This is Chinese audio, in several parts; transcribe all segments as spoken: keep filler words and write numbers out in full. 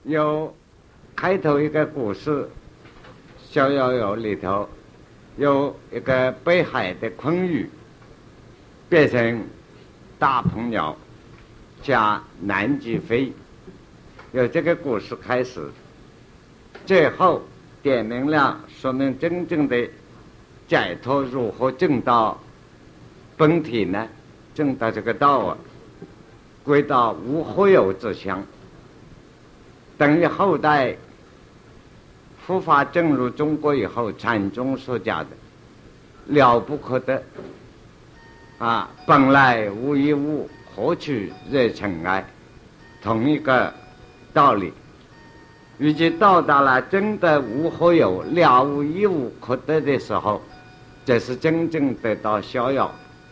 有开头一个故事，《逍遥游》里头有一个北海的昆鱼变成大鹏鸟加南极飞，由这个故事开始，最后点明了说明真正的解脱如何证到本体呢？证到这个道啊，归到无所有之相，等于后代佛法正入中国以后禅宗所讲的了不可得啊，本来无一物，何处惹尘埃，同一个道理。预计到达了真的无所有，了无一物可得的时候，这是真正得到逍遥。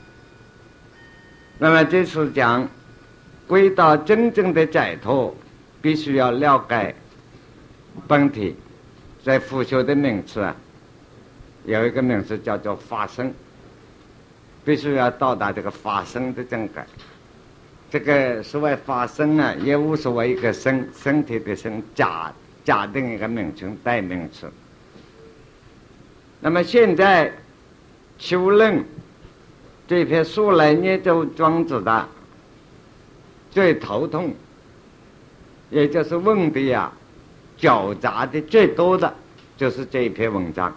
那么这次讲归到真正的解脱，必须要了解本体。在佛学的名词啊，有一个名词叫做法身，必须要到达这个法身的正感。这个所谓法身啊，也无所谓一个身，身体的身，假假定一个名称代名词。那么现在求论这篇书来念咒庄子的最头痛，也就是问题啊狡杂的最多的就是这一篇文章。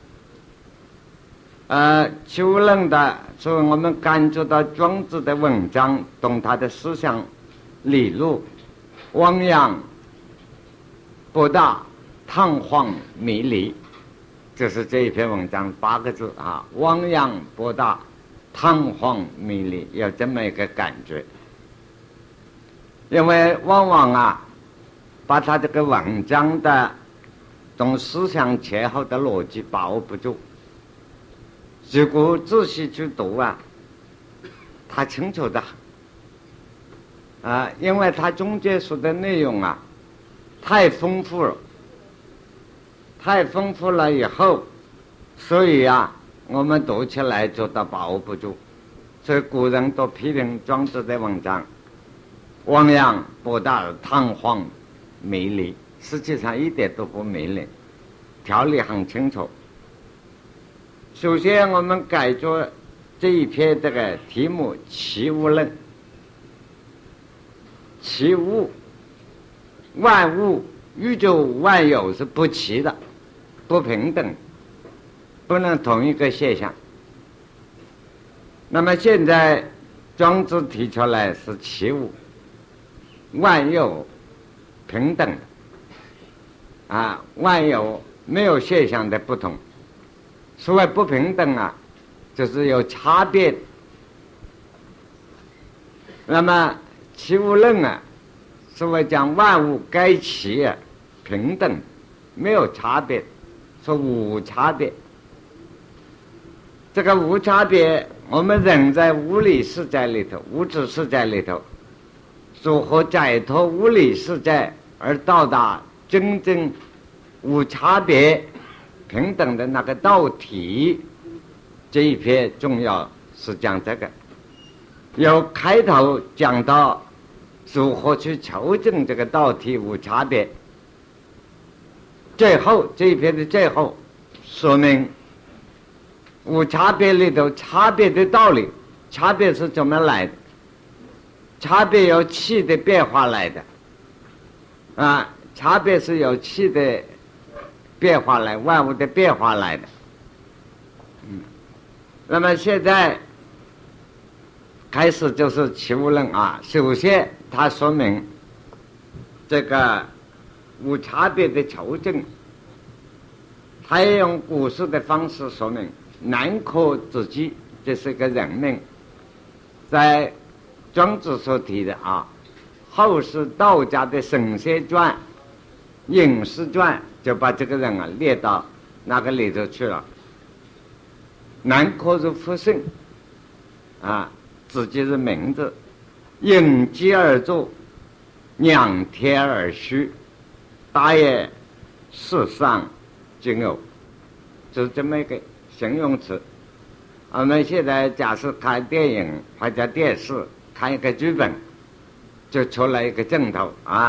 呃，求论的，所以我们感觉到庄子的文章，懂他的思想理路，汪洋博大，堂皇迷离，就是这一篇文章八个字啊，汪洋博大，堂皇迷离，有这么一个感觉。因为往往啊把他这个文章的从思想前后的逻辑把握不住，如果仔细去读啊，他清楚的啊，因为他中间说的内容啊太丰富了，太丰富了以后，所以啊我们读起来就都把握不住，所以古人都批评庄子的文章汪洋博大，堂皇迷离，实际上一点都不迷离，条理很清楚。首先我们改做这一篇这个题目齐物论。齐物，万物宇宙万有是不齐的，不平等，不能同一个现象。那么现在庄子提出来是齐物，万有平等啊，万有没有现象的不同。所谓不平等啊，就是有差别。那么齐物论啊，所谓讲万物该齐啊，平等，没有差别，说无差别。这个无差别，我们人在物理世界里头，物质世界里头，如何解脱物理世界而到达真正无差别平等的那个道体，这一篇重要是讲这个。由开头讲到如何去求证这个道体无差别，最后这一篇的最后说明无差别里头差别的道理。差别是怎么来的？差别由气的变化来的啊，差别是由气的变化来，万物的变化来的。嗯，那么现在开始就是齐物论啊。首先它说明这个无差别的求证，它也用古诗的方式说明南柯之基，这是一个人名，在庄子所提的啊，后世道家的神仙传、隐士传就把这个人啊列到那个里头去了。南柯是复姓啊，自己是名字，应机而作，仰天而虚，大也世上仅有，就是这么一个形容词。我们现在假设看电影或者电视，看一个剧本，就出来一个镜头啊，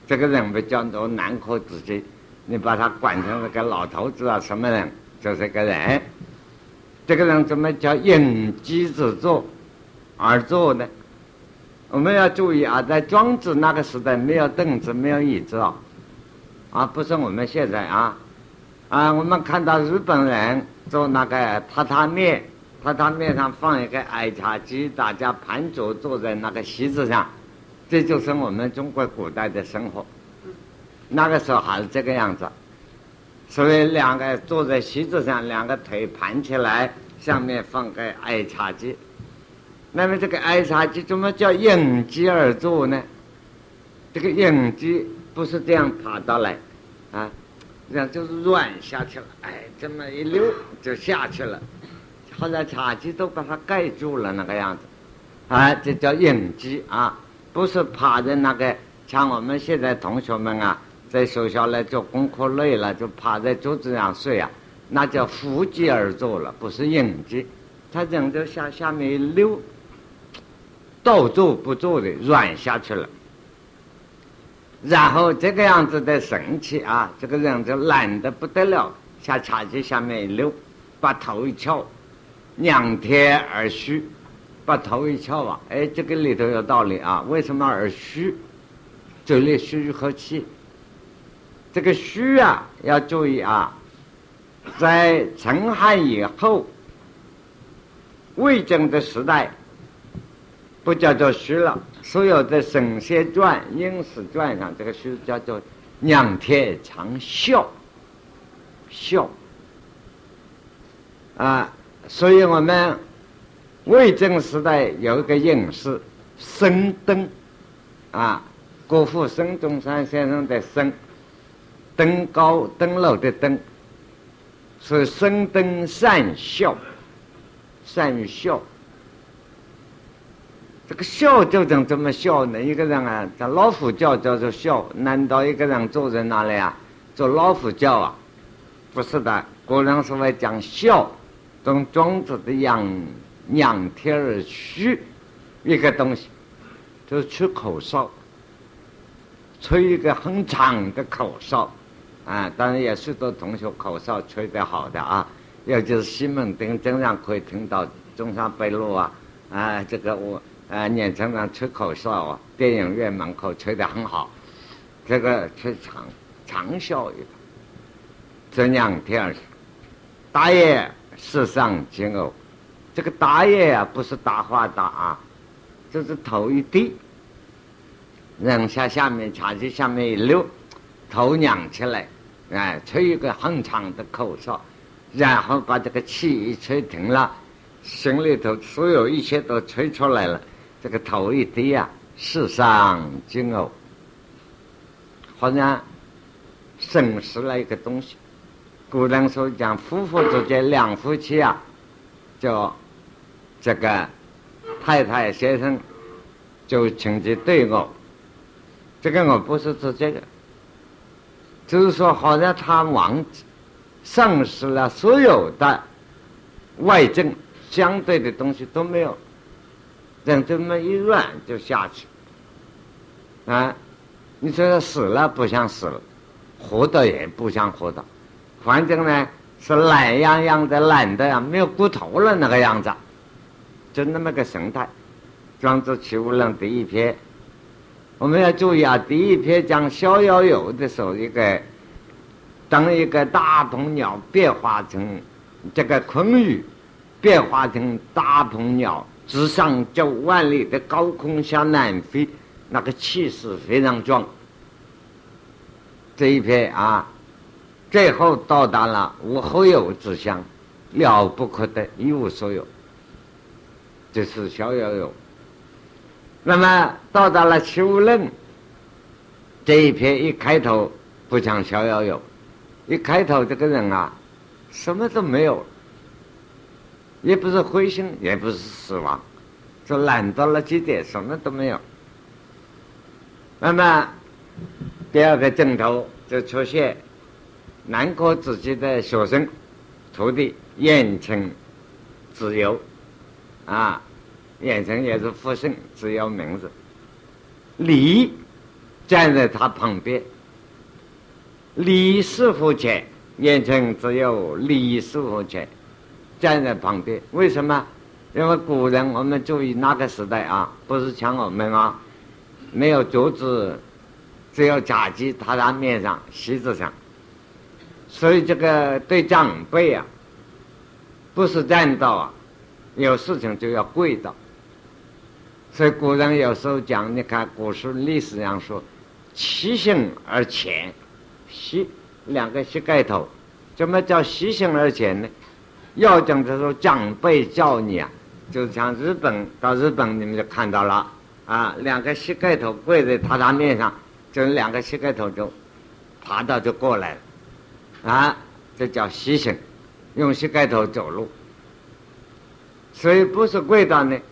这个人被叫做南柯子集，你把他管成那个老头子啊，什么人就是个人。这个人怎么叫应机之坐而坐呢？我们要注意啊，在庄子那个时代没有凳子，没有椅子啊，啊，不是我们现在啊啊，我们看到日本人做那个榻榻米，榻榻米上放一个矮茶几，大家盘坐坐在那个席子上，这就是我们中国古代的生活。那个时候还是这个样子，所以两个坐在席子上，两个腿盘起来，下面放个矮茶几。那么这个矮茶几怎么叫应机而坐呢？这个应机不是这样爬到来啊，这样就是软下去了，哎，这么一溜就下去了，后来茶几都把它盖住了那个样子，啊，这叫应机啊，不是趴在那个像我们现在同学们啊，在学校来做功课累了就趴在桌子上睡啊，那叫伏机而坐了，不是应机，他人就下下面一溜，倒坐不坐的软下去了。然后这个样子的神气啊，这个人就懒得不得了，下茶几下面一溜，把头一翘，仰天而虚，把头一翘啊，哎，这个里头有道理啊，为什么而虚？嘴里虚一口气，这个虚啊要注意啊，在陈汉以后魏征的时代不叫做虚了，所有的神仙传、应史传上这个虚叫做仰天长啸，啸啊，所以我们魏征时代有一个应试升登啊，国父孙中山先生的升，登高登楼的登，是升登善笑，善于笑。这个笑究竟怎么笑呢？一个人啊，在老虎叫叫做笑，难道一个人坐在那里啊，做老虎叫啊？不是的，古人是会讲笑，从庄子的仰仰天而虚一个东西，就是吹口哨，吹一个很长的口哨啊。当然也许多同学口哨吹得好的啊，尤其是西门町经常可以听到中山北路啊啊，这个我。啊，年轻人吹口哨啊，电影院门口吹得很好，这个吹长长啸一般，这仰天而大爷世上惊偶，这个大爷啊不是大话大啊，就是头一低，人下下面茶几下面一溜，头仰起来，哎，吹一个很长的口哨，然后把这个气一吹停了，心里头所有一切都吹出来了。这个头一低啊，世上惊偶，好像审视了一个东西。古人说讲夫妇之间两夫妻啊，就这个太太先生就请去对偶，这个我不是指这个，就是说好像他忘记丧失了所有的外证，相对的东西都没有。人这么一软就下去啊！你说他死了不像死了，活的也不像活的，反正呢是懒洋洋的，懒的呀，没有骨头了那个样子，就那么个神态。庄子齐物论第一篇，我们要注意啊，第一篇讲逍遥游的时候，一个当一个大鹏鸟变化成这个昆羽，变化成大鹏鸟。直上九万里的高空向南飞，那个气势非常壮。这一篇啊，最后到达了无后有之乡，了不可得，一无所有，这是逍遥游。那么到达了齐物论，这一篇一开头不讲逍遥游，一开头这个人啊，什么都没有，也不是灰心，也不是死亡，就懒到了极点，什么都没有。那么第二个镜头就出现南柯子集的学生徒弟晏称子游啊，晏称也是复姓，只有名字。礼站在他旁边。李师傅前，眼前只有李师傅前站在旁边。为什么？因为古人我们注意那个时代啊，不是像我们啊，没有桌子，只有茶几、榻榻米上、席子上，所以这个对长辈啊，不是站倒啊，有事情就要跪倒。所以古人有时候讲，你看古书历史上说，膝行而前，膝两个膝盖头，怎么叫膝行而前呢？要讲的时候，长辈叫你啊，就像日本，到日本你们就看到了啊，两个膝盖头跪在榻榻米上，就两个膝盖头就爬到就过来了啊，这叫膝行，用膝盖头走路。所以不是跪倒呢，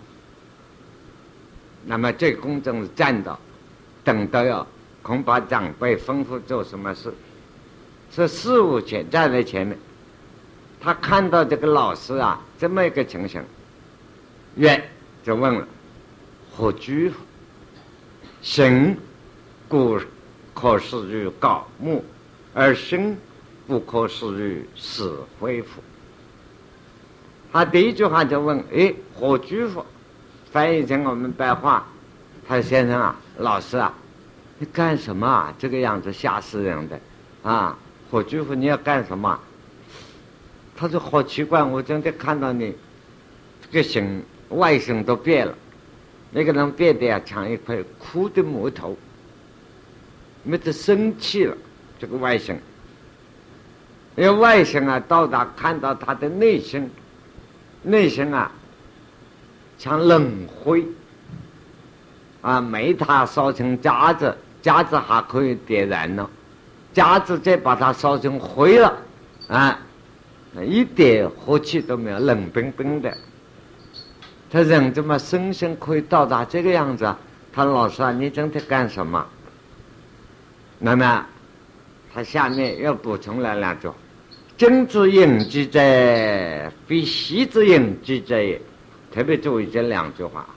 那么最公正是站倒，等到要恐怕长辈吩咐做什么事，是事务前站在前面。他看到这个老师啊这么一个情形，愿就问了：何居乎？行故可使于槁木，而行不可使于死灰乎？他第一句话就问：哎，何居乎？翻译成我们白话，他说：先生啊，老师啊，你干什么啊？这个样子吓死人的啊！何居乎？你要干什么？他说：好奇怪，我真的看到你这个形外形都变了，那个人变得呀像一块枯的木头，没得生气了。这个外形，因为外形啊，到达看到他的内心，内心啊像冷灰啊，煤炭烧成渣子，渣子还可以点燃了，渣子再把它烧成灰了啊，一点火气都没有，冷冰冰的。他人怎么生生可以到达这个样子啊？他老师啊，你整天干什么？那么他下面又补充了两句：真之应之者，非习之应之者也。特别注意这两句话。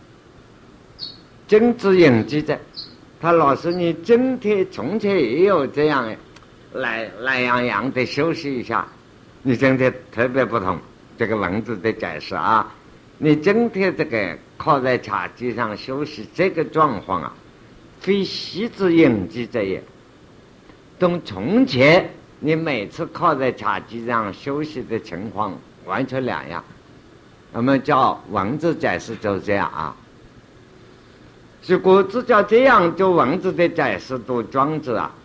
真之应之者，他老师你整天从前也有这样懒懒洋洋的休息一下，你整天特别不同。这个文字的解释啊，你整天这个靠在茶几上休息，这个状况啊，非习之应之者也。跟从前你每次靠在茶几上休息的情况完全两样。我们叫文字解释就这样啊。如果只叫这样就文字的解释读庄子啊，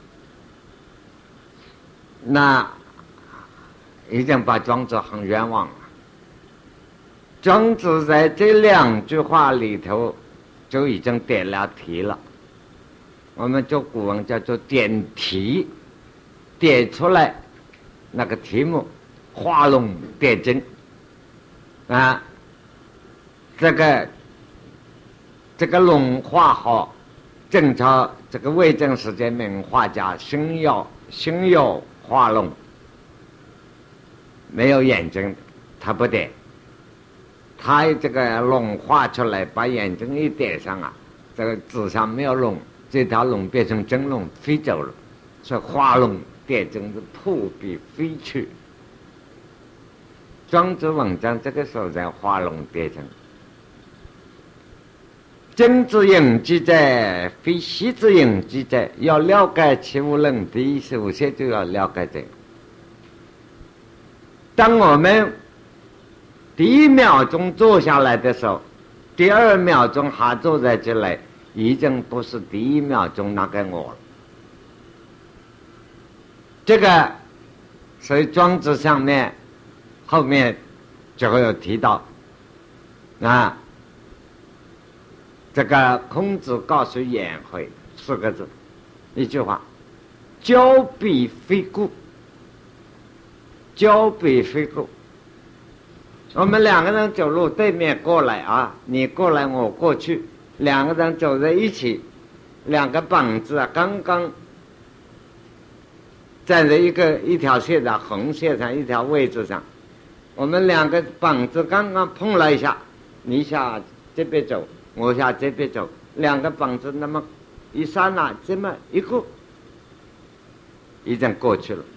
那已经把庄子很冤枉了。庄子在这两句话里头就已经点了题了。我们做古文叫做点题，点出来那个题目，画龙点睛啊，这个这个龙画好，正朝这个魏晋时间名画家辛耀辛耀画龙，没有眼睛他不点，他这个龙画出来，把眼睛一点上啊，这个纸上没有龙，这条龙变成真龙飞走了，所以画龙点睛是扑鼻飞去。庄子文章这个时候在画龙点睛。真之应之者，非习之应之者。要了解齐物论第一首先就要了解这个。当我们第一秒钟坐下来的时候，第二秒钟还坐在这里，已经不是第一秒钟那个我了。这个所以庄子上面后面就会有提到啊，这个孔子告诉颜回四个字，一句话：交臂非故。交臂非故。我们两个人走路对面过来啊，你过来我过去，两个人走在一起，两个膀子啊刚刚站在一个一条线上，横线上一条位置上，我们两个膀子刚刚碰了一下，你下这边走，我下这边走，两个膀子那么一刹那这么一个，已经过去了。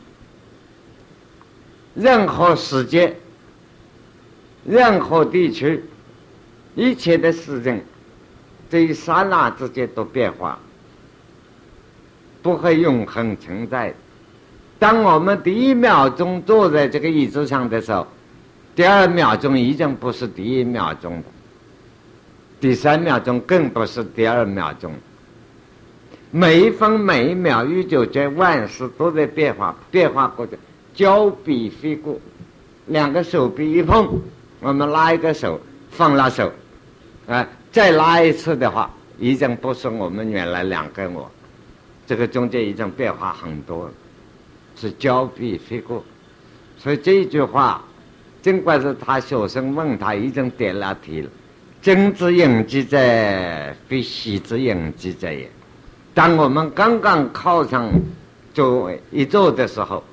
任何时间，任何地区，一切的事情，这一刹那之间都变化，不会永恒存在。当我们第一秒钟坐在这个椅子上的时候，第二秒钟已经不是第一秒钟的，第三秒钟更不是第二秒钟。每一分每一秒，宇宙间万事都在变化，变化过程，交臂飞过，两个手臂一碰，我们拉一个手，放了手，啊，再拉一次的话，已经不是我们原来两个我，这个中间已经变化很多了，是交臂飞过。所以这一句话，尽管是他学生问他，已经点了题了。真之应记者，非虚之应记者也。当我们刚刚靠上就一坐的时候，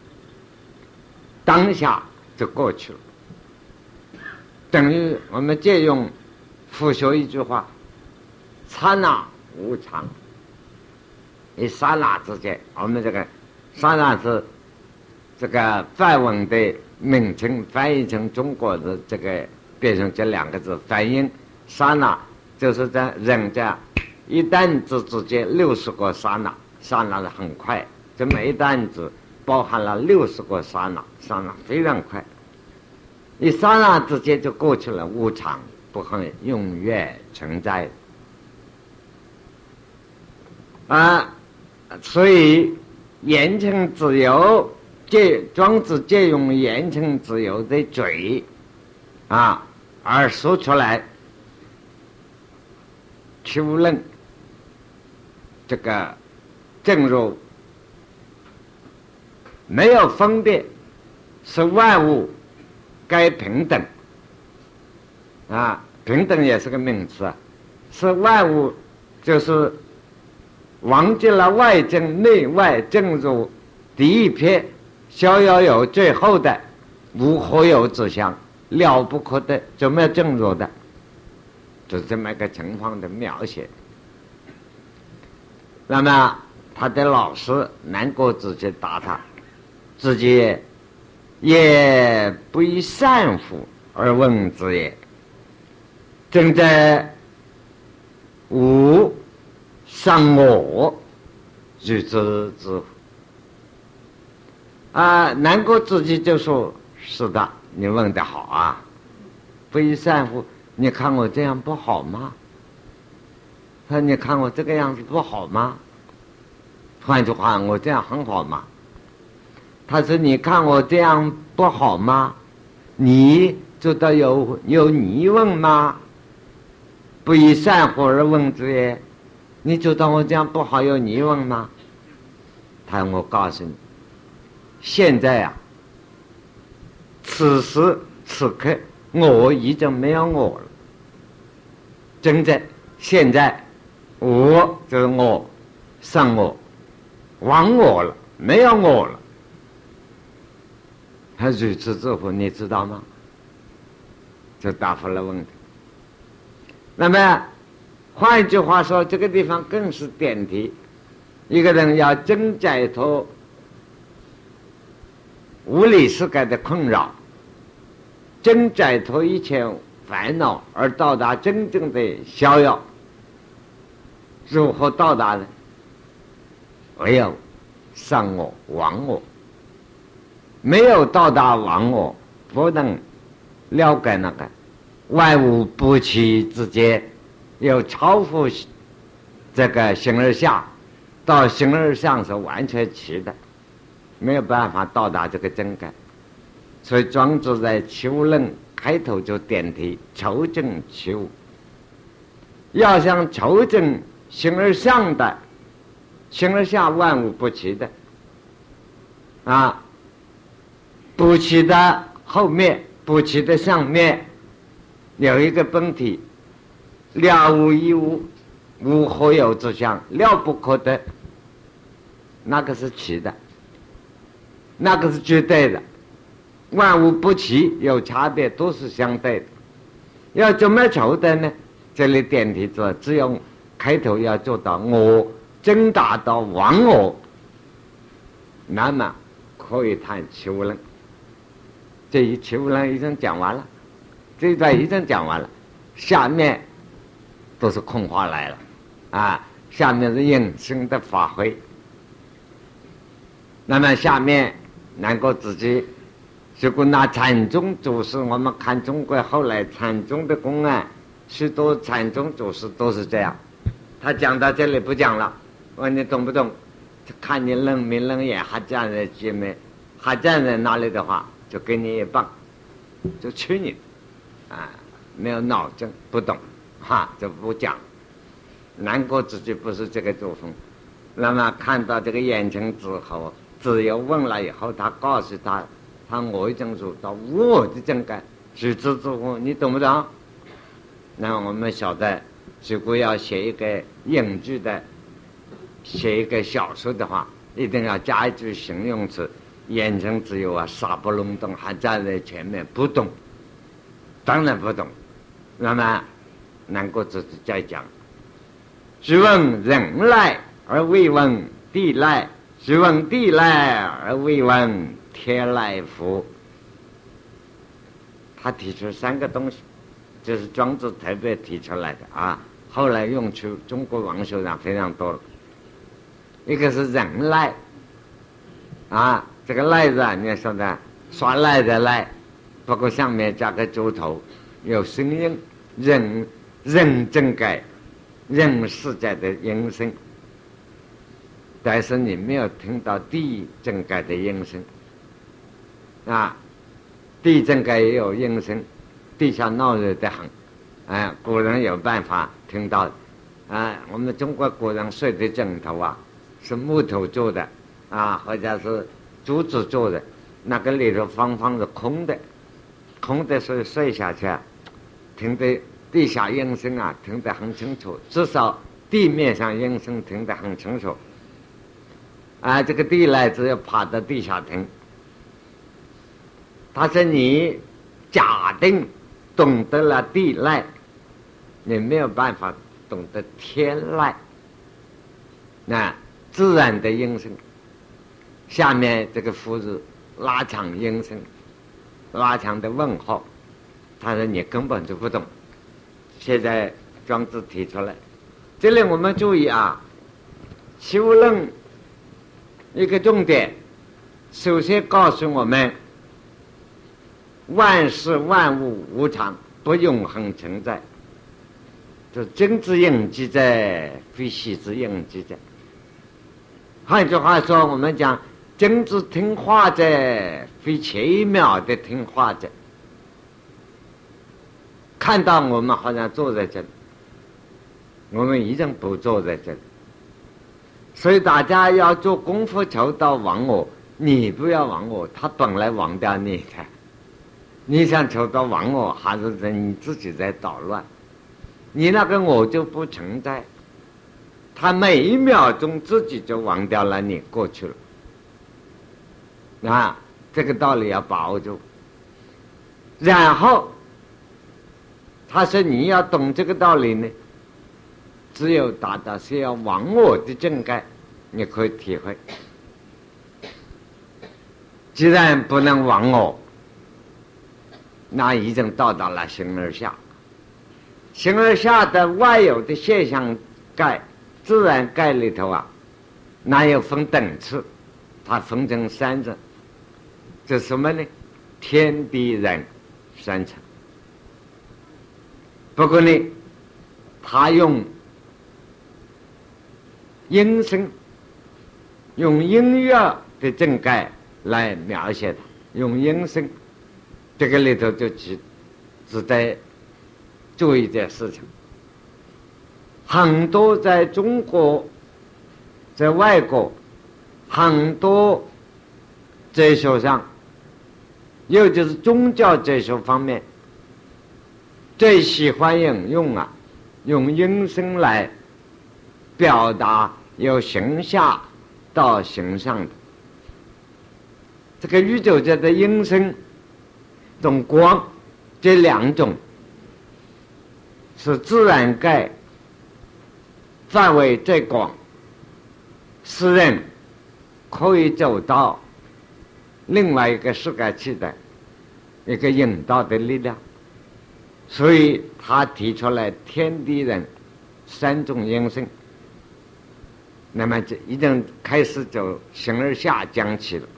当下就过去了。等于我们借用佛学一句话：刹那无常。一刹那之间，我们这个刹那是这个梵文的名称，翻译成中国的这个变成这两个字，反映刹那就是在人家一弹指之间六十个刹那，刹那的很快，这每一弹指包含了六十个刹那，刹那非常快，一刹那之间就过去了，无常，不会永远存在啊。所以言承自由借庄子借用言承自由的嘴啊而说出来，求论这个正如没有分别，是万物该平等啊，平等也是个名词啊，是万物就是忘记了外正内外，正如第一篇逍遥游最后的无何有之相，了不可得，就没有正如的，就是这么一个情况的描写。那么他的老师南国子去答他，自己也不以善乎而问之也，正在无伤我如之之乎？啊，南国自己就说：“是的，你问得好啊，不以善乎？你看我这样不好吗？他说你看我这个样子不好吗？换句话，我这样很好吗？他说你看我这样不好吗？你知道有有疑问吗？不以善乎而问之也。你知道我这样不好有疑问吗？他说我告诉你，现在啊，此时此刻我已经没有我了。真正现在我就是我，上我，忘我了，没有我了。他如此之乎，你知道吗？就答复了问题。那么换一句话说，这个地方更是点题，一个人要真解脱无理世界的困扰，真解脱一切烦恼，而到达真正的逍遥，如何到达呢？唯有上我忘我，没有到达忘我，不能了解那个万物不齐之间，有超乎这个形而下，到形而上是完全齐的，没有办法到达这个真感。所以庄子在《齐物论》开头就点题：求证齐物。要想求证形而上的、形而下万物不齐的啊，不齐的后面，不齐的上面有一个本体，了无一物，无何有之相，了不可得，那个是齐的，那个是绝对的。万物不齐，有差别，都是相对的。要怎么求得呢？这里点题说，只有开头要做到我增大到忘我，那么可以谈齐物论。这一齐物论已经讲完了，这一段已经讲完了，下面都是空话来了啊，下面是应声的发挥。那么下面能够自己，如果拿禅宗祖师，我们看中国后来禅宗的公案，许多禅宗祖师都是这样。他讲到这里不讲了，问你懂不懂？看你冷没冷眼，还站在前面，还站在那里的话，就给你一棒，就取你，啊，没有脑筋，不懂，哈，就不讲。南国自己不是这个作风。那么看到这个眼睛之后，只有问了以后，他告诉他，他我已经入到我的正感，举之之乎，你懂不懂？那么我们晓得，如果要写一个影剧的，写一个小说的话，一定要加一句形容词，眼睛只有啊傻不隆咚，还站在前面不动，当然不懂。那么南国自己在讲，只问人来而未问地来，只问地来而未问天来福。他提出三个东西，这是庄子特别提出来的啊，后来用出中国文学上非常多了。一个是人来啊，这个来字啊，你说的耍赖的赖，不过上面加个猪头，有声音，人人正改，人世界的音声，但是你没有听到地正改的音声啊，地正改也有音声，地下闹热的很，哎、啊，古人有办法听到啊，我们中国古人睡的枕头啊，是木头做的啊，或者是竹子做的，那个里头方方是空的，空的所以睡下去啊，听得地下音声啊，听得很清楚，至少地面上音声听得很清楚。啊，这个地来只有爬到地下听。他说你假定懂得了地来，你没有办法懂得天来。那自然的音声，下面这个福字拉长音声，拉长的问号，他说你根本就不懂。现在庄子提出来，这里我们注意啊，齐物论一个重点，首先告诉我们，万事万物无常，不永恒存在。这真之应记在，非虚之应记在。换句话说，我们讲真之听话者，非奇妙的听话者。看到我们好像坐在这里，我们已经不坐在这里。所以大家要做功夫求到忘我，你不要忘我，他本来忘掉你的。你想求到忘我，还是在你自己在捣乱？你那个我就不存在，他每一秒钟自己就忘掉了你过去了。啊，这个道理要把握住。然后他说你要懂这个道理呢，只有达到是要忘我的正概，你可以体会。既然不能忘我，那已经到达了形而下。形而下的外有的现象概、自然概里头啊，哪有分等次？它分成三种，这什么呢？天地人三层。不过呢，他用音声，用音乐的正概来描写它，用音声，这个里头就只只在注意这事情。很多在中国，在外国，很多哲学上，又就是宗教哲学方面，最喜欢引用啊，用音声来表达由形下到形上的这个宇宙界的音声、种光，这两种是自然界范围最广，诗人可以走到另外一个世界去的一个引导的力量，所以他提出来天地人三种因性，那么就已经开始走形而下讲起了。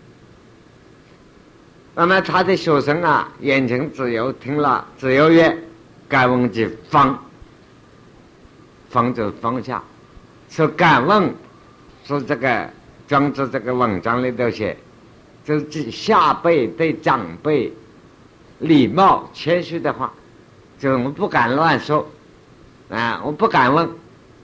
那么他的学生啊，眼前只有听了，只有曰敢问即方，方就放下，说敢问，说这个庄子这个文章里头写，就是下辈对长辈礼貌谦虚的话，就我不敢乱说啊，我不敢问。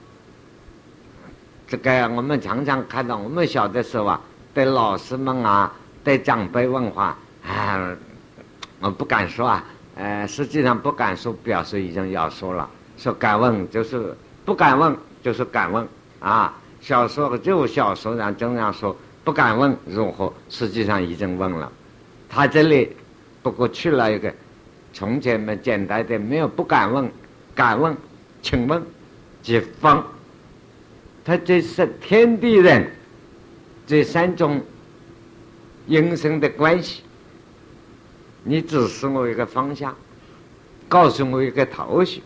这个我们常常看到，我们小的时候啊，对老师们啊，对长辈问话啊，我不敢说啊，呃，实际上不敢说，表示已经要说了。说敢问就是不敢问，就是敢问啊。小时候就小时候上经常说不敢问如何，实际上已经问了。他这里不过去了一个从前嘛简单的，没有不敢问，敢问，请问，即方。他这是天地人这三种因生的关系，你指示我一个方向，告诉我一个头绪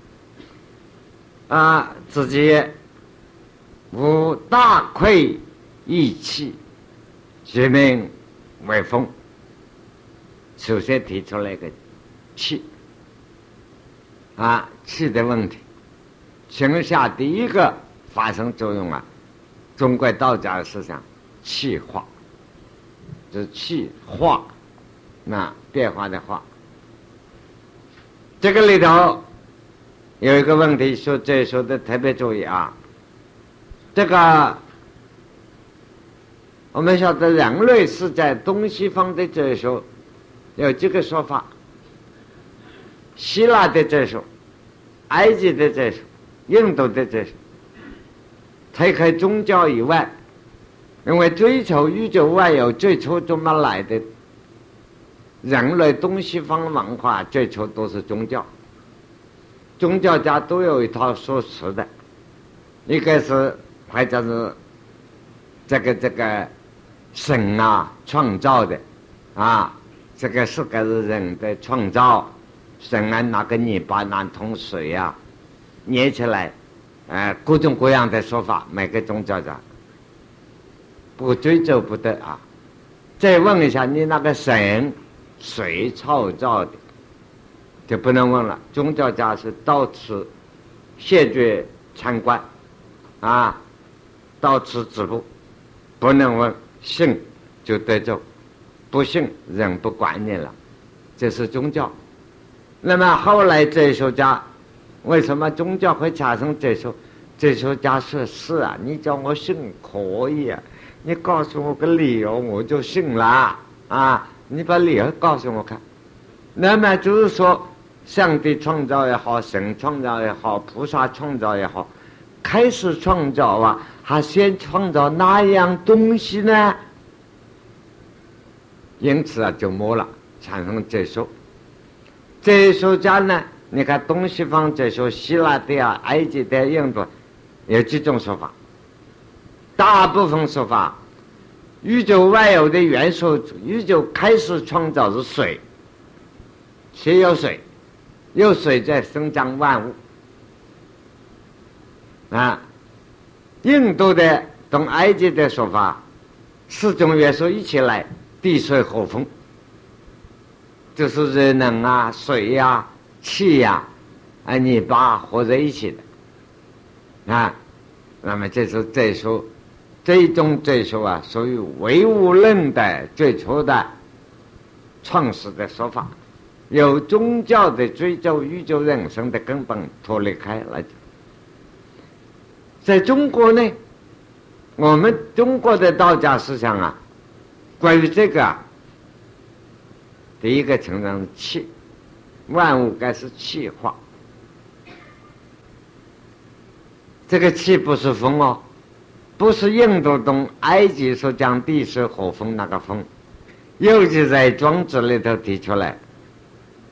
啊，自己无大愧义气，决命为风。首先提出来一个气啊，气的问题，形下第一个发生作用啊，中国道家的思想气化，就是气化，那变化的化。这个里头有一个问题，说这说的特别注意啊。这个我们晓得人类是在东西方的哲学有几个说法，希腊的哲学、埃及的哲学、印度的哲学，推开宗教以外，因为追求宇宙万有最初怎么来的？人类东西方文化最初都是宗教，宗教家都有一套说辞的，一个是或者是这个这个神啊创造的啊，这个世界是人的创造，神啊拿个泥巴拿桶水啊捏起来，呃各种各样的说法，每个宗教家不追究不得啊。再问一下，你那个神谁创造的，就不能问了。宗教家是到此谢绝参观啊，到此止步，不能问，信就得走，不信人不管你了，这是宗教。那么后来哲学家为什么宗教会产生哲学？哲学家说是啊，你叫我信可以啊，你告诉我个理由我就信了啊，你把理由告诉我看。那么就是说上帝创造也好，神创造也好，菩萨创造也好，开始创造啊，还先创造哪样东西呢？因此啊就没了，产生哲学。哲学家呢，你看东西方哲学，希腊的啊、埃及的、印度有几种说法。大部分说法，宇宙万有的元素，宇宙开始创造是水，先有水，有水在生长万物啊。印度的同埃及的说法，四种元素一起来，地水火风，就是热能啊、水呀、啊、气呀、啊、啊泥巴合在一起的啊。那么这是哲学，这一种哲学啊，属于唯物论的最初的创始的说法，由宗教的追究宇宙人生的根本脱离开来。在中国呢，我们中国的道家思想啊，关于这个啊，第一个承认气，万物该是气化。这个气不是风哦，不是印度东埃及所讲地水火风那个风，尤其在庄子里头提出来，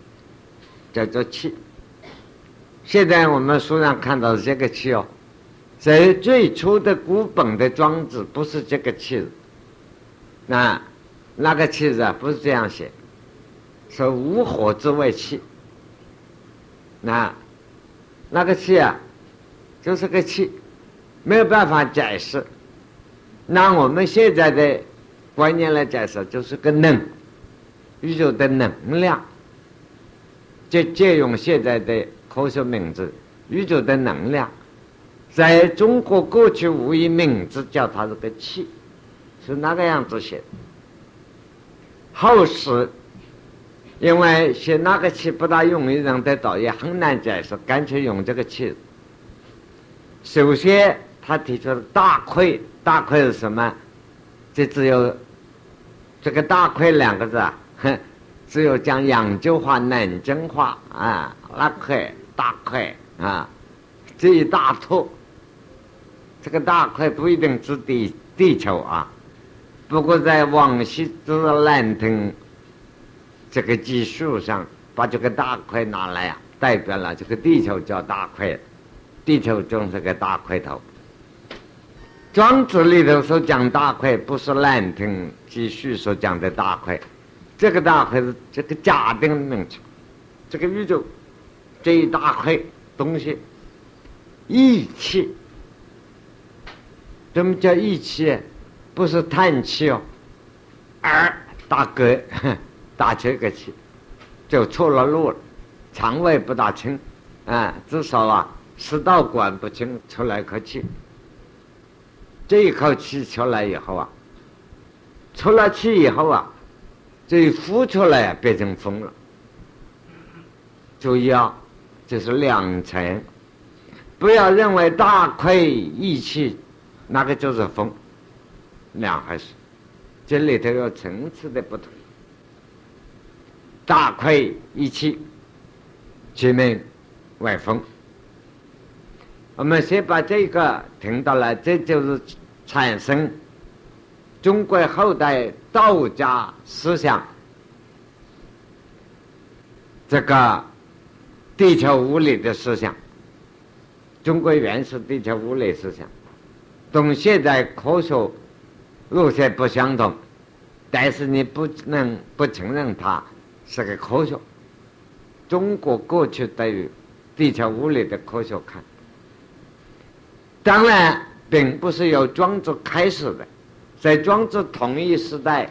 叫做气。现在我们书上看到的这个气哦， 所以最初的古本的庄子不是这个气字，那那个气字啊不是这样写，说无火之谓气。那那个气啊就是个气，没有办法解释。拿我们现在的观念来解释，就是个能，宇宙的能量。就借用现在的科学名字，宇宙的能量，在中国过去无一名字叫它是个气，是那个样子写的。后世因为写那个气不大容易认得到，也很难解释，干脆用这个气。首先他提出了大亏，大亏是什么？这只有这个大亏两个字啊，哼，只有讲扬州话、南京话啊，那块大块啊，这一大坨。这个大块不一定指地地球啊，不过在往昔之兰亭这个技术上，把这个大块拿来啊，代表了这个地球叫大块，地球就是个大块头。庄子里头所讲大块，不是兰亭技术所讲的大块。这个大块是这个假定名词，这个宇宙这一大块东西，义气。什么叫义气？不是叹气哦，而打嗝，打这个气，就错了路了，肠胃不大清，啊，至少啊食道管不清，出来一口气。这一口气出来以后啊，出了气以后啊。这一呼出来变成风了，注意啊，这是两层，不要认为大亏义气，那个就是风，两回事，这里头有层次的不同。大亏义气，其名为风。我们先把这个听到了，这就是产生中国后代道家思想这个地球物理的思想，中国原始地球物理思想同现在科学路线不相同，但是你不能不承认它是个科学。中国过去对于地球物理的科学看，当然并不是由庄子开始的，在庄子同一时代，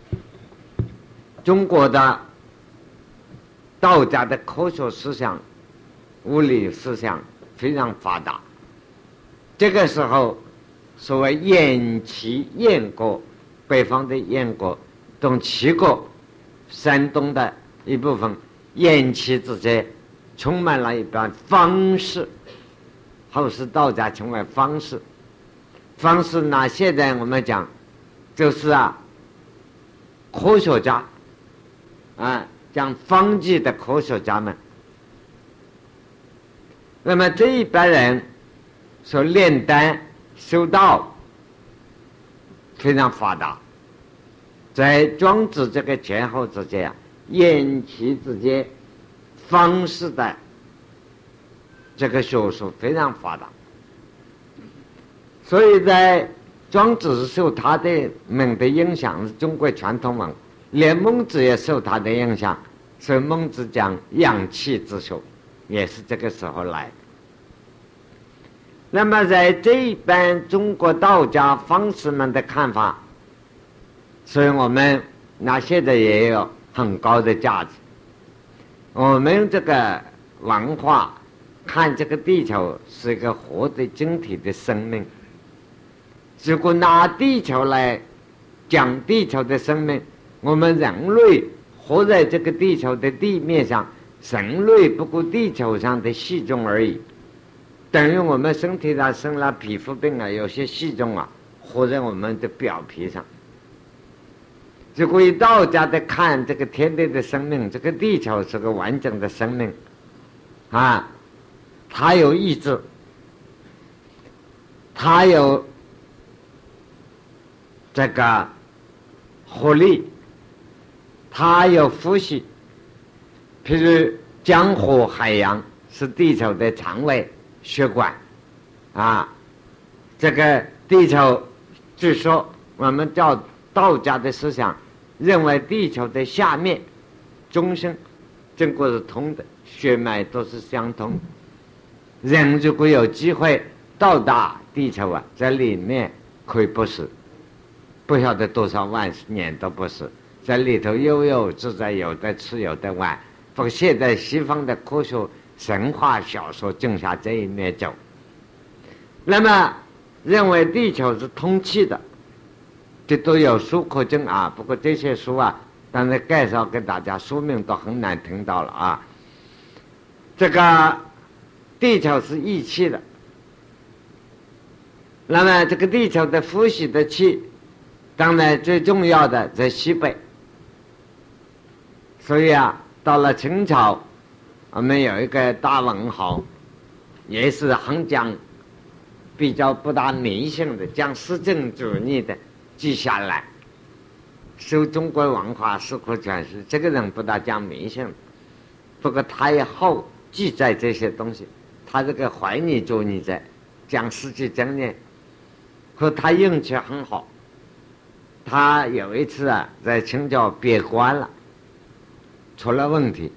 中国的道家的科学思想、物理思想非常发达。这个时候，所谓燕齐燕国，北方的燕国，同齐国，山东的一部分，燕齐之间充满了一般方式，后世道家称为方式。方式呢，现在我们讲就是啊，科学家啊，讲方剂的科学家们。那么这一般人所炼丹修道非常发达，在庄子这个前后之间啊，燕齐之间方式的这个学术非常发达。所以在庄子是受他的们的影响，是中国传统文化，连孟子也受他的影响，所以孟子讲阳气之学也是这个时候来的。那么在这一般中国道家方士们的看法，所以我们那现在也有很高的价值。我们这个文化看这个地球是一个活的整体的生命，如果拿地球来讲地球的生命，我们人类活在这个地球的地面上，人类不过地球上的细菌而已，等于我们身体上生了皮肤病啊，有些细菌啊活在我们的表皮上。如果以道家的看这个天地的生命，这个地球是个完整的生命啊，它有意志，它有这个活力，它有呼吸。譬如江河海洋是地球的肠胃血管啊， 这个地球，据说我们照道家的思想，认为地球的下面众生经过是通的，血脉都是相通。人如果有机会到达地球啊，在里面可以不死，不晓得多少万年都不死，在里头悠悠自在，有的吃有的玩。不过现在西方的科学神话小说正向这一面走，那么认为地球是通气的，这都有书可证啊。不过这些书啊，当然介绍给大家，书名都很难听到了啊。这个地球是义气的，那么这个地球的呼吸的气，当然最重要的在西北。所以啊，到了清朝，我们有一个大文豪，也是很讲比较不大迷信的，讲实证主义的，记下来受中国文化史可全是。这个人不大讲迷信，不过他也好记载这些东西。他这个怀疑主义者，讲世纪真言，可他运气很好。他有一次啊，在清朝别官了，出了问题，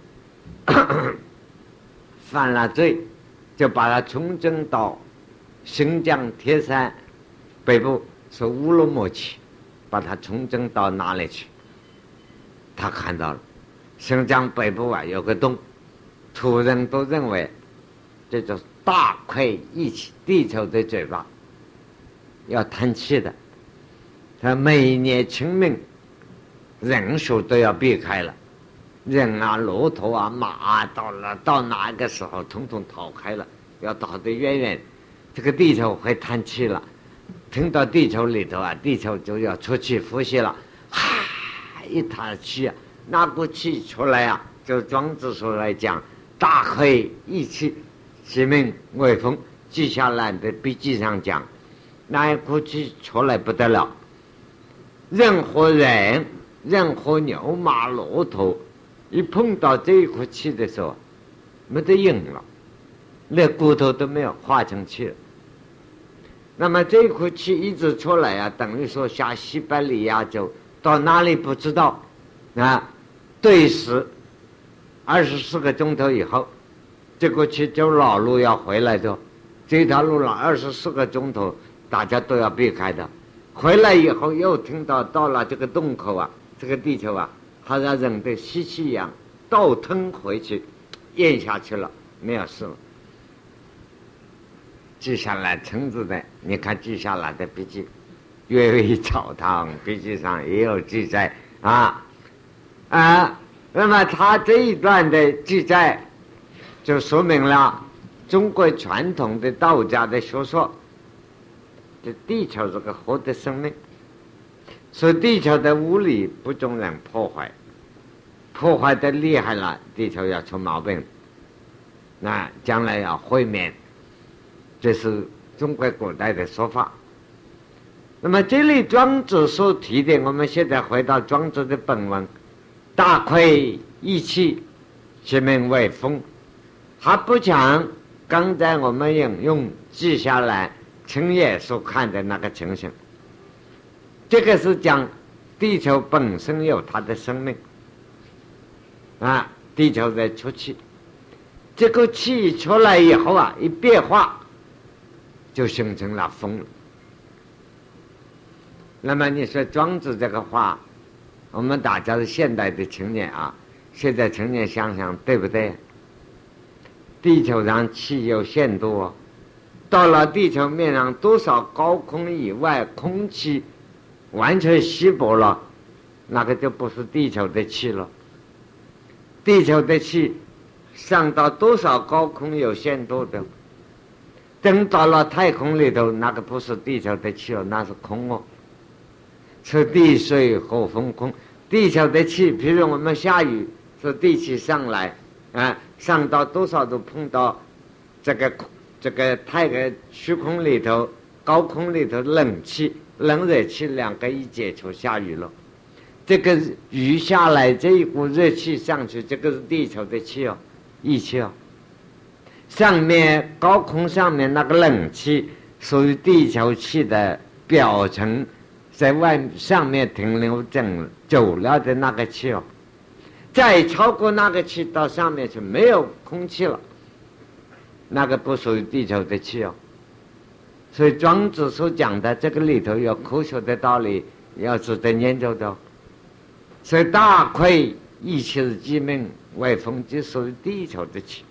犯了罪，就把他从征到新疆铁山北部是乌鲁木齐，把他从征到哪里去？他看到了新疆北部啊有个洞，土人都认为这就是大块义气，地球的嘴巴要叹气的。他每年清明人数都要避开了，人啊骆驼啊马啊到了到哪个时候统统逃开了，要逃得远远，这个地球会叹气了。听到地球里头啊，地球就要出去呼吸了，哈一叹气啊，那股气出来啊，就庄子说来讲，大块义气，其名为风。记下来的笔记上讲，那一股气出来不得了，任何人任何牛马骆驼一碰到这一股气的时候没得影了，连骨头都没有，化成气了。那么这一股气一直出来啊，等于说下西伯利亚州到哪里不知道啊，对时二十四个钟头以后，这股气就老路要回来的，这条路了二十四个钟头大家都要避开的。回来以后又听到到了这个洞口啊，这个地球啊好像人的吸气一样倒吞回去，咽下去了，没有事了。记下来橙子的，你看记下来的笔记，《阅微草堂笔记》上也有记载啊啊。那么他这一段的记载就说明了中国传统的道家的学说，这地球这个活的生命，所以地球的物理不容人破坏，破坏的厉害了，地球要出毛病，那将来要毁灭。这是中国古代的说法。那么这里庄子所提的，我们现在回到庄子的本文，大块义气，其名为风，还不讲刚才我们引用记下来青叶所看的那个情形。这个是讲地球本身有它的生命啊，地球在出气，这个气出来以后啊，一变化就形成了风了。那么你说庄子这个话，我们大家是现代的青年啊，现在青年想想对不对？地球上气有限度哦，到了地球面上多少高空以外，空气完全稀薄了，那个就不是地球的气了。地球的气上到多少高空有限度的，等到了太空里头，那个不是地球的气了，那是空哦。是地水火风空，地球的气，比如我们下雨是地气上来啊，上到多少都碰到这个这个太空虚空里头，高空里头冷气冷热气两个一解除，下雨了。这个雨下来，这一股热气上去，这个是地球的气哦，义气哦。上面高空上面那个冷气属于地球气的表层，在外上面停留整久了的那个气哦，再超过那个气到上面去没有空气了，那个不属于地球的气哦。所以庄子所讲的这个里头有科学的道理，要值得研究的。所以大亏一气之命为风即属于地球的气。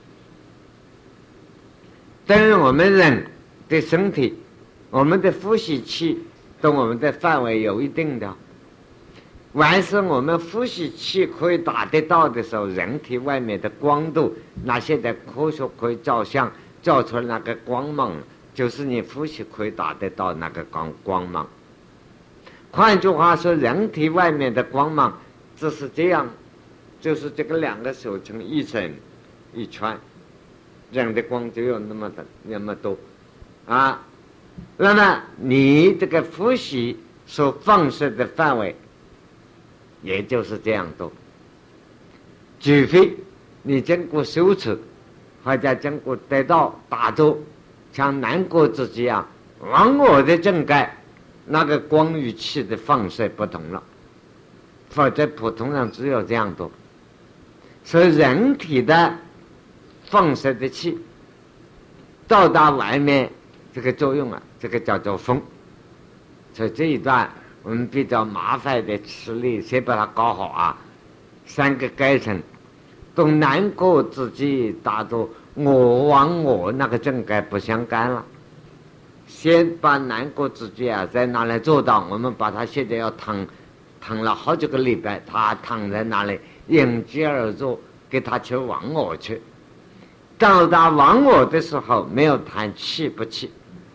但是我们人的身体，我们的呼吸气跟我们的范围有一定的，完是我们呼吸气可以达得到的时候，人体外面的光度，那现在科学可以照相照出来那个光芒，就是你呼吸可以达得到那个光光芒。换句话说，人体外面的光芒只是这样，就是这个两个手成一层一圈，人的光就有那么的那么多啊。那么你这个呼吸所放射的范围也就是这样多，除非你经过修持或者经过得到打坐，像南国自己啊，忘我的正盖，那个光与气的放射不同了，否则普通人只有这样多。所以人体的放射的气到达外面这个作用啊，这个叫做风。所以这一段我们比较麻烦的吃力，先把它搞好啊。三个阶层，都南国自己打坐，我忘我那个正盖不相干了。先把南国自己啊在那里做到，我们把它现在要躺躺了好几个礼拜，他躺在那里应机而坐，给他去忘我去。到达忘我的时候，没有谈气不气，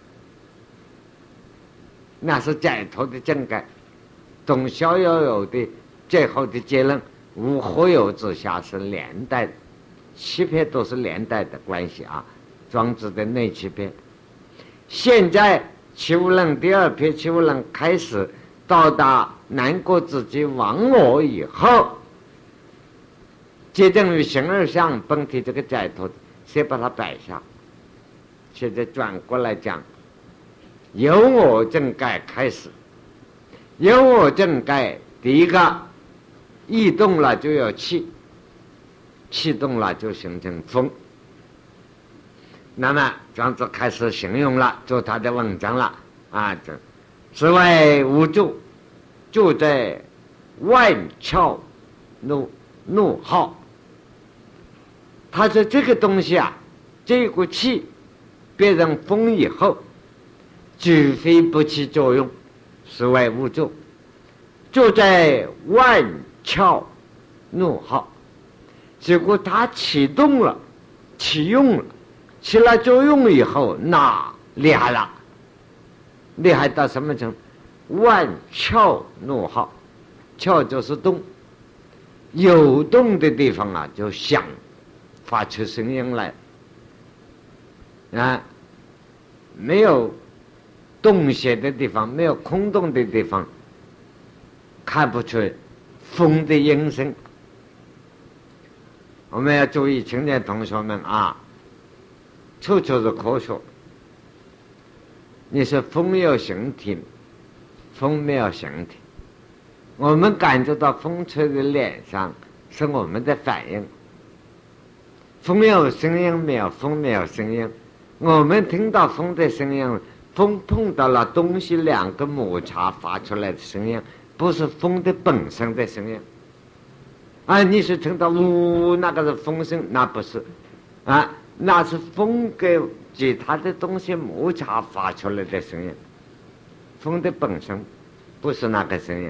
那是解脱的正盖。懂逍遥游的最后的结论，无或有之下是连带的，七篇都是连带的关系啊。庄子的内七篇，现在齐物论第二篇，齐物论开始到达南国自己忘我以后，接近于形而上本体这个解脱，先把它摆下。现在转过来讲，由我正盖开始，由我正盖第一个意动了就有气，气动了就形成风。那么庄子开始形容了，做他的文章了啊！这此谓无助，住在万窍怒怒号。他说这个东西啊，这股气变成风以后，除非不起作用，是谓无助。住在万窍怒号，结果它启动了，启用了，起了作用以后，那厉害了，厉害到什么程度？万窍怒号，窍就是动，有动的地方啊，就响，发出声音来啊。没有动歇的地方，没有空洞的地方，看不出风的音声。我们要注意，青年同学们啊，处处是科学。你说风有形体，风没有形体，我们感觉到风吹在脸上是我们的反应。风有声音没有？风没有声音。我们听到风的声音，风碰到了东西，两个摩擦发出来的声音，不是风的本身的声音。啊，你是听到呜，那个是风声，那不是啊，那是风给其他的东西摩擦发出来的声音。风的本身不是那个声音，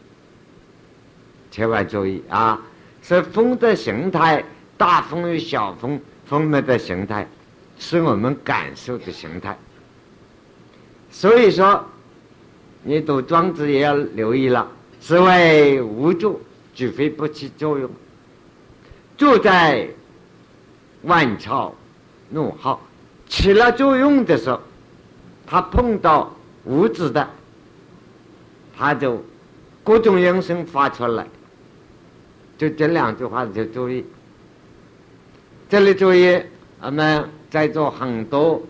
千万注意啊！是风的形态，大风与小风，风们的形态是我们感受的形态。所以说你读庄子也要留意了，是谓无助，除非不起作用。住在万窍怒号，起了作用的时候，他碰到无知的，他就各种音声发出来。就这两句话就注意，这里注意，我们在座很多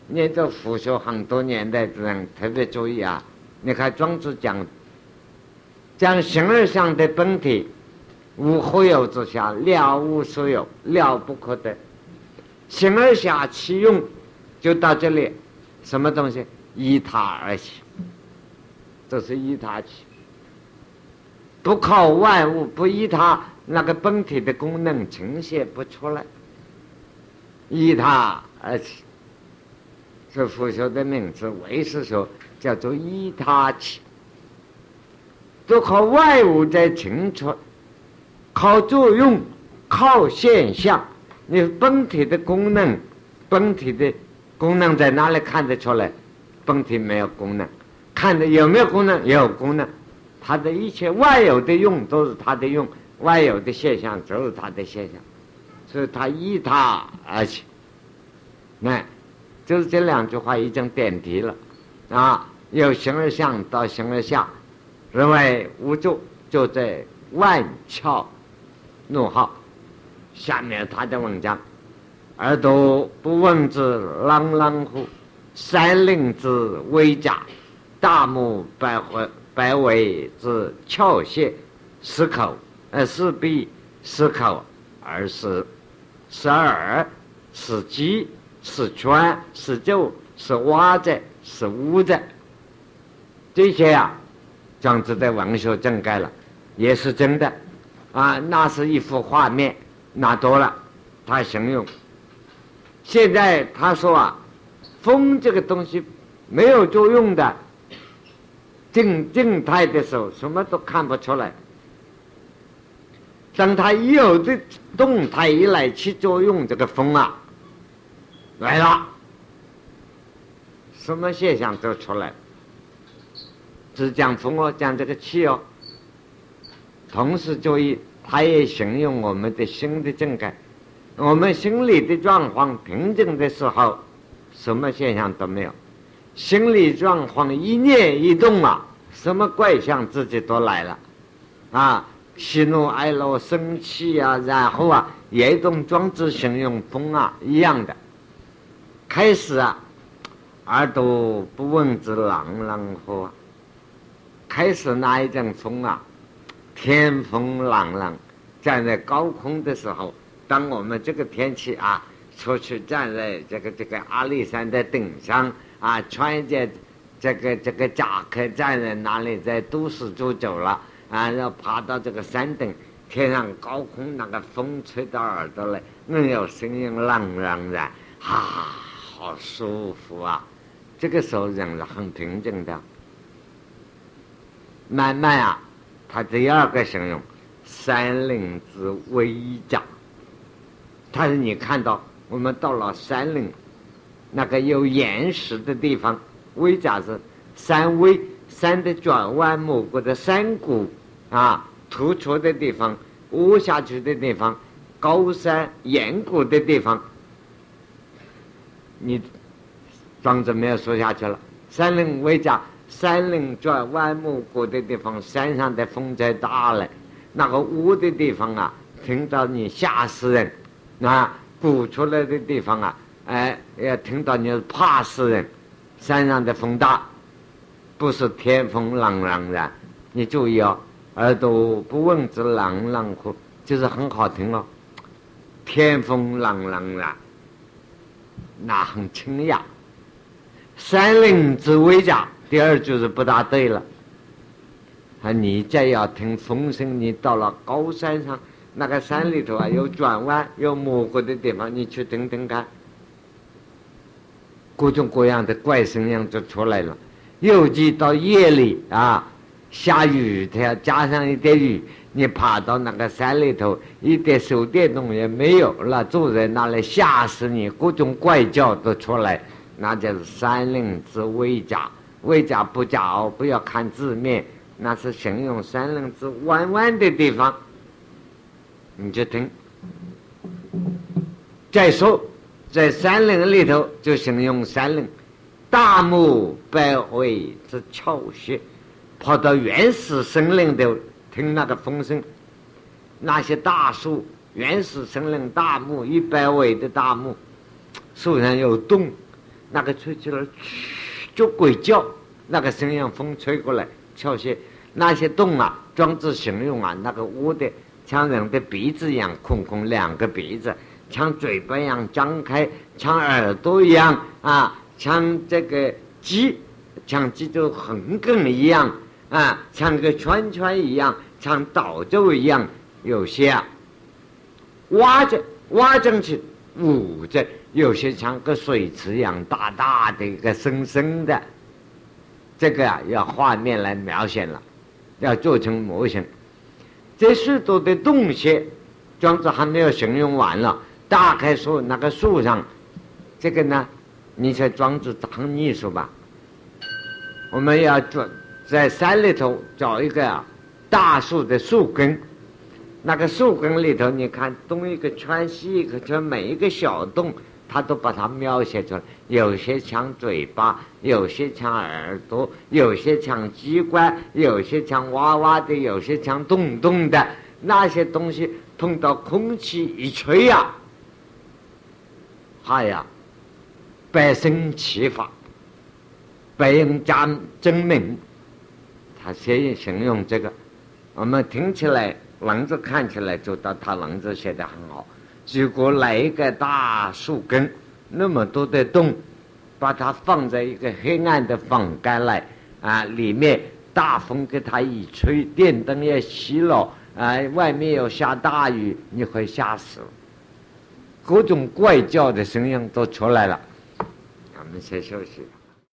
念这佛学很多年的人特别注意啊！你看庄子讲讲形而上的本体，无或有之下，了无所有，了不可得。形而下其用，就到这里，什么东西依他而起，这是依他起，不靠外物，不依他那个本体的功能呈现不出来，依他而起。是佛学的名字，唯识学叫做依他起，都靠外物在呈出，靠作用，靠现象。你本体的功能，本体的功能在哪里看得出来？本体没有功能，看的有没有功能？有功能。它的一切外有的用都是它的用，外有的现象都是它的现象，所以它依他而起。那就是这两句话已经点题了啊！由形而上到形而下，认为无助就在万窍怒号。下面他的文章：耳朵不闻之朗朗乎？三令之微甲，大目百回百尾之窍穴，是口，呃，是鼻，是口，而是是耳，是肌。是圈，是皱，是蛙子，是屋子，这些啊，庄子的文学正改了，也是真的啊。那是一幅画面，那多了，他形容。现在他说啊，风这个东西没有作用的，静静态的时候什么都看不出来。当他一有的动态一来起作用，这个风啊来了，什么现象都出来。只讲风哦，讲这个气哦。同时注意，他也形容我们的心的正改。我们心理的状况平静的时候，什么现象都没有。心理状况一念一动啊，什么怪象自己都来了啊，喜怒哀乐生气啊，然后啊，也同庄子形容风啊一样的。开始啊，耳朵不闻之朗朗乎？开始那一阵风啊，天风朗朗，站在高空的时候，当我们这个天气啊，出去站在这个这个阿里山的顶上啊，穿着这个这个夹克站在那里，在都市走久了啊，要爬到这个山顶，天上高空那个风吹到耳朵来，能有声音朗朗的，啊。好舒服啊！这个时候人是很平静的。慢慢啊，他第二个形容山林之微甲，他是你看到我们到了山林那个有岩石的地方，微甲是山微，山的转弯抹过的山谷啊，突出的地方，凹下去的地方，高山岩谷的地方。你庄子没有说下去了。山林微甲，山林转弯抹过的地方，山上的风再大了，那个屋的地方啊，听到你吓死人；那鼓出来的地方啊，哎，要听到你怕死人。山上的风大，不是天风朗朗的。你注意哦，耳朵不闻之朗朗乎，就是很好听哦。天风朗朗的。那很清雅，山林之微甲，第二句是不大对了。啊，你再要听风声，你到了高山上，那个山里头啊，有转弯，有模糊的地方，你去听听看，各种各样的怪声音就出来了。尤其到夜里啊，下雨，它要加上一点雨。你爬到那个山里头，一点手电筒也没有了，坐在那里吓死你，各种怪叫都出来，那就是山林之微甲。微甲不假哦，不要看字面，那是形容山林之弯弯的地方。你就听。再说，在山林里头就形容山林，大木百尾之峭穴，跑到原始森林的。听那个风声，那些大树，原始森林大木，一百尾的大木，树上有洞， 那个吹起来就鬼叫，那个声音风吹过来敲些那些洞啊，庄子形容啊，那个屋的像人的鼻子一样空空，两个鼻子像嘴巴一样张开，像耳朵一样啊，像这个鸡，像鸡就横亘一样啊，像个圈圈一样，像倒轴一样，有些啊挖着挖进去捂着，有些像个水池一样大大的一个深深的，这个啊要画面来描写了，要做成模型。这许多的东西庄子还没有形容完了，大概说那个树上这个呢，你说庄子当艺术吧，我们要做在山里头找一个、啊、大树的树根，那个树根里头你看东一个圈西一个圈，每一个小洞他都把它描写出来，有些像嘴巴，有些像耳朵，有些像机关，有些像娃娃的，有些像洞洞的，那些东西碰到空气一吹呀、啊，哎呀，百声齐发，百人加争鸣。他先形容这个，我们听起来文字看起来知道他文字写得很好。如果来一个大树根，那么多的洞，把它放在一个黑暗的房间来啊，里面大风给它一吹，电灯也熄了啊，外面又下大雨，你会吓死了，各种怪叫的声音都出来了。我们先休息。